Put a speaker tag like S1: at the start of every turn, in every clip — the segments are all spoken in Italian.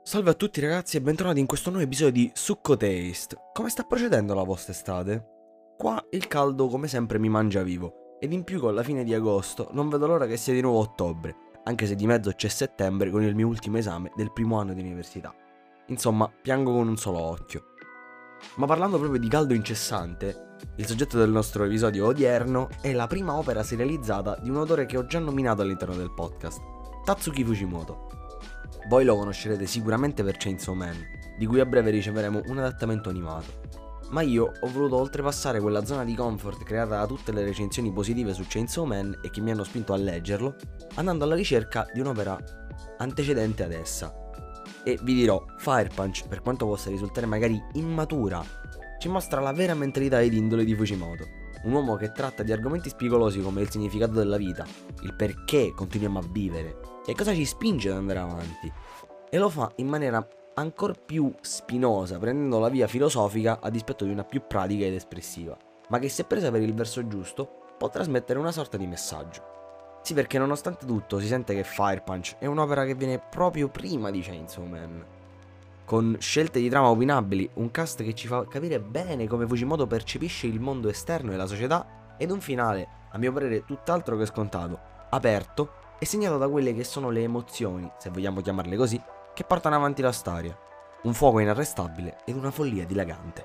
S1: Salve a tutti ragazzi e bentornati in questo nuovo episodio di Succo Taste. Come sta procedendo la vostra estate? Qua il caldo come sempre mi mangia vivo ed in più con la fine di agosto non vedo l'ora che sia di nuovo ottobre, anche se di mezzo c'è settembre con il mio ultimo esame del primo anno di università. Insomma, piango con un solo occhio. Ma parlando proprio di caldo incessante, il soggetto del nostro episodio odierno è la prima opera serializzata di un autore che ho già nominato all'interno del podcast, Tatsuki Fujimoto. Voi lo conoscerete sicuramente per Chainsaw Man, di cui a breve riceveremo un adattamento animato. Ma io ho voluto oltrepassare quella zona di comfort creata da tutte le recensioni positive su Chainsaw Man e che mi hanno spinto a leggerlo, andando alla ricerca di un'opera antecedente ad essa. E vi dirò, Fire Punch, per quanto possa risultare magari immatura, ci mostra la vera mentalità ed indole di Fujimoto. Un uomo che tratta di argomenti spigolosi come il significato della vita, il perché continuiamo a vivere, e cosa ci spinge ad andare avanti. E lo fa in maniera ancora più spinosa, prendendo la via filosofica a dispetto di una più pratica ed espressiva, ma che se presa per il verso giusto può trasmettere una sorta di messaggio. Sì, perché nonostante tutto si sente che Fire Punch è un'opera che viene proprio prima di Chainsaw Man, con scelte di trama opinabili, un cast che ci fa capire bene come Fujimoto percepisce il mondo esterno e la società, ed un finale, a mio parere tutt'altro che scontato, aperto e segnato da quelle che sono le emozioni, se vogliamo chiamarle così, che portano avanti la storia. Un fuoco inarrestabile ed una follia dilagante.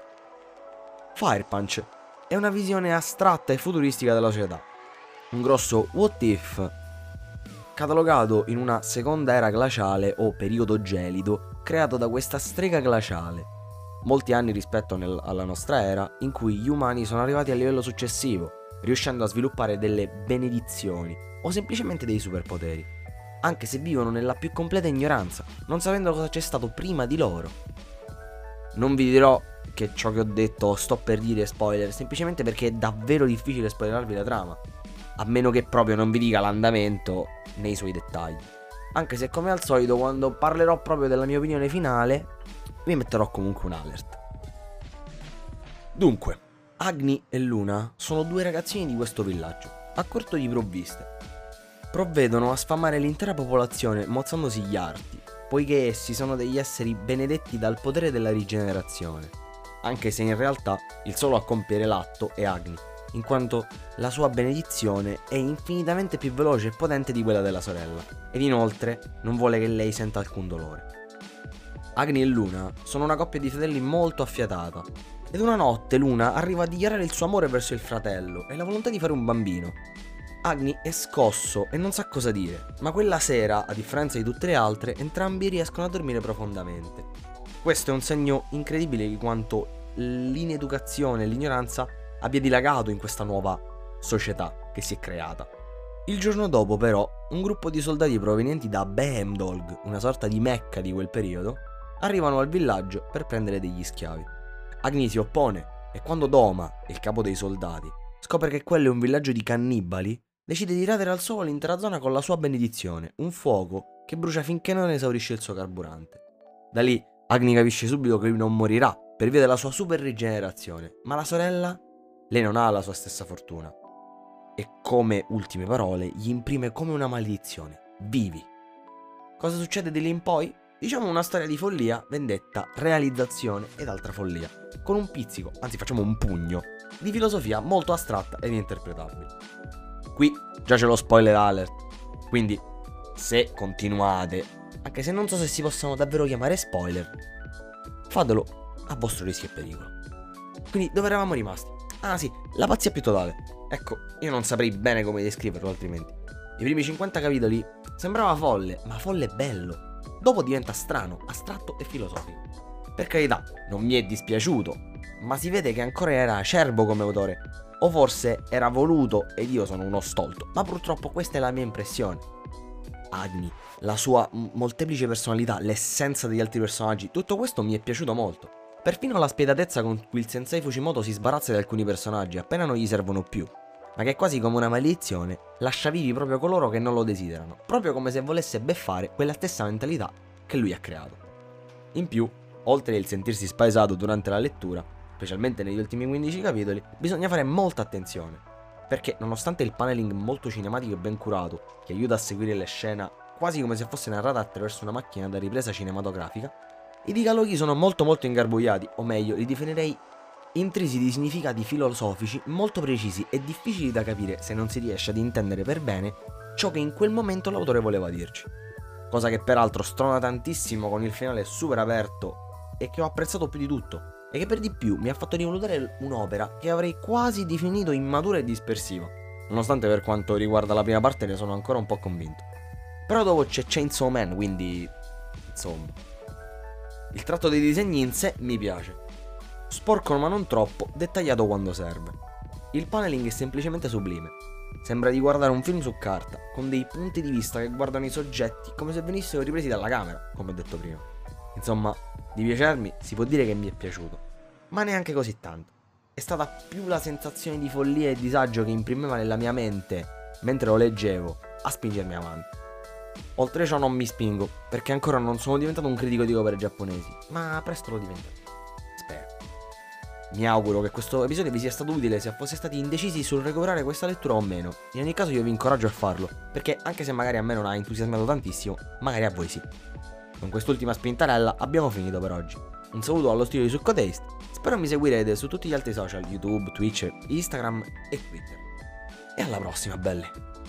S1: Fire Punch è una visione astratta e futuristica della società. Un grosso what if, catalogato in una seconda era glaciale o periodo gelido creato da questa strega glaciale, molti anni rispetto alla nostra era, in cui gli umani sono arrivati al livello successivo, riuscendo a sviluppare delle benedizioni o semplicemente dei superpoteri, anche se vivono nella più completa ignoranza, non sapendo cosa c'è stato prima di loro. Non vi dirò che ciò che ho detto sto per dire spoiler, semplicemente perché è davvero difficile spoilerarvi la trama, a meno che proprio non vi dica l'andamento nei suoi dettagli. Anche se come al solito quando parlerò proprio della mia opinione finale vi metterò comunque un alert. Dunque, Agni e Luna sono due ragazzini di questo villaggio, a corto di provviste. Provvedono a sfamare l'intera popolazione mozzandosi gli arti, poiché essi sono degli esseri benedetti dal potere della rigenerazione, anche se in realtà il solo a compiere l'atto è Agni, in quanto la sua benedizione è infinitamente più veloce e potente di quella della sorella, ed inoltre non vuole che lei senta alcun dolore. Agni e Luna sono una coppia di fratelli molto affiatata, ed una notte Luna arriva a dichiarare il suo amore verso il fratello e la volontà di fare un bambino. Agni è scosso e non sa cosa dire, ma quella sera, a differenza di tutte le altre, entrambi riescono a dormire profondamente. Questo è un segno incredibile di quanto l'ineducazione e l'ignoranza abbia dilagato in questa nuova società che si è creata. Il giorno dopo, però, un gruppo di soldati provenienti da Beemdolg, una sorta di Mecca di quel periodo, arrivano al villaggio per prendere degli schiavi. Agni si oppone e quando Doma, il capo dei soldati, scopre che quello è un villaggio di cannibali, decide di radere al suolo l'intera zona con la sua benedizione, un fuoco che brucia finché non esaurisce il suo carburante. Da lì Agni capisce subito che lui non morirà per via della sua super rigenerazione, ma la sorella, lei non ha la sua stessa fortuna. E come ultime parole gli imprime come una maledizione: vivi. Cosa succede di lì in poi? Diciamo una storia di follia, vendetta, realizzazione ed altra follia, con un pizzico, anzi facciamo un pugno, di filosofia molto astratta ed interpretabile. Qui già c'è lo spoiler alert, quindi se continuate, anche se non so se si possano davvero chiamare spoiler, fatelo a vostro rischio e pericolo. Quindi dove eravamo rimasti? Ah sì, la pazzia più totale. Ecco, io non saprei bene come descriverlo altrimenti. I primi 50 capitoli sembrava folle, ma folle bello. Dopo diventa strano, astratto e filosofico. Per carità, non mi è dispiaciuto, ma si vede che ancora era acerbo come autore. O forse era voluto ed io sono uno stolto, ma purtroppo questa è la mia impressione. Agni, la sua molteplice personalità, l'essenza degli altri personaggi, tutto questo mi è piaciuto molto. Perfino la spietatezza con cui il sensei Fujimoto si sbarazza di alcuni personaggi appena non gli servono più, ma che quasi come una maledizione lascia vivi proprio coloro che non lo desiderano, proprio come se volesse beffare quella stessa mentalità che lui ha creato. In più, oltre il sentirsi spaesato durante la lettura, specialmente negli ultimi 15 capitoli, bisogna fare molta attenzione, perché nonostante il paneling molto cinematico e ben curato, che aiuta a seguire le scene quasi come se fosse narrata attraverso una macchina da ripresa cinematografica, i dialoghi sono molto ingarbugliati, o meglio, li definirei intrisi di significati filosofici molto precisi e difficili da capire se non si riesce ad intendere per bene ciò che in quel momento l'autore voleva dirci. Cosa che peraltro strona tantissimo con il finale super aperto e che ho apprezzato più di tutto, e che per di più mi ha fatto rivalutare un'opera che avrei quasi definito immatura e dispersiva, nonostante per quanto riguarda la prima parte ne sono ancora un po' convinto. Però dopo c'è Chainsaw Man, quindi insomma. Il tratto dei disegni in sé mi piace. Sporco ma non troppo, dettagliato quando serve. Il paneling è semplicemente sublime. Sembra di guardare un film su carta, con dei punti di vista che guardano i soggetti come se venissero ripresi dalla camera, come detto prima. Insomma, di piacermi si può dire che mi è piaciuto, ma neanche così tanto. È stata più la sensazione di follia e disagio che imprimeva nella mia mente mentre lo leggevo a spingermi avanti. Oltre ciò non mi spingo, perché ancora non sono diventato un critico di opere giapponesi, ma presto lo diventerò. Spero. Mi auguro che questo episodio vi sia stato utile se foste stati indecisi sul recuperare questa lettura o meno. In ogni caso io vi incoraggio a farlo, perché anche se magari a me non ha entusiasmato tantissimo, magari a voi sì. Con quest'ultima spintarella abbiamo finito per oggi. Un saluto allo studio di Succo Taste, spero mi seguirete su tutti gli altri social, YouTube, Twitch, Instagram e Twitter. E alla prossima, belle!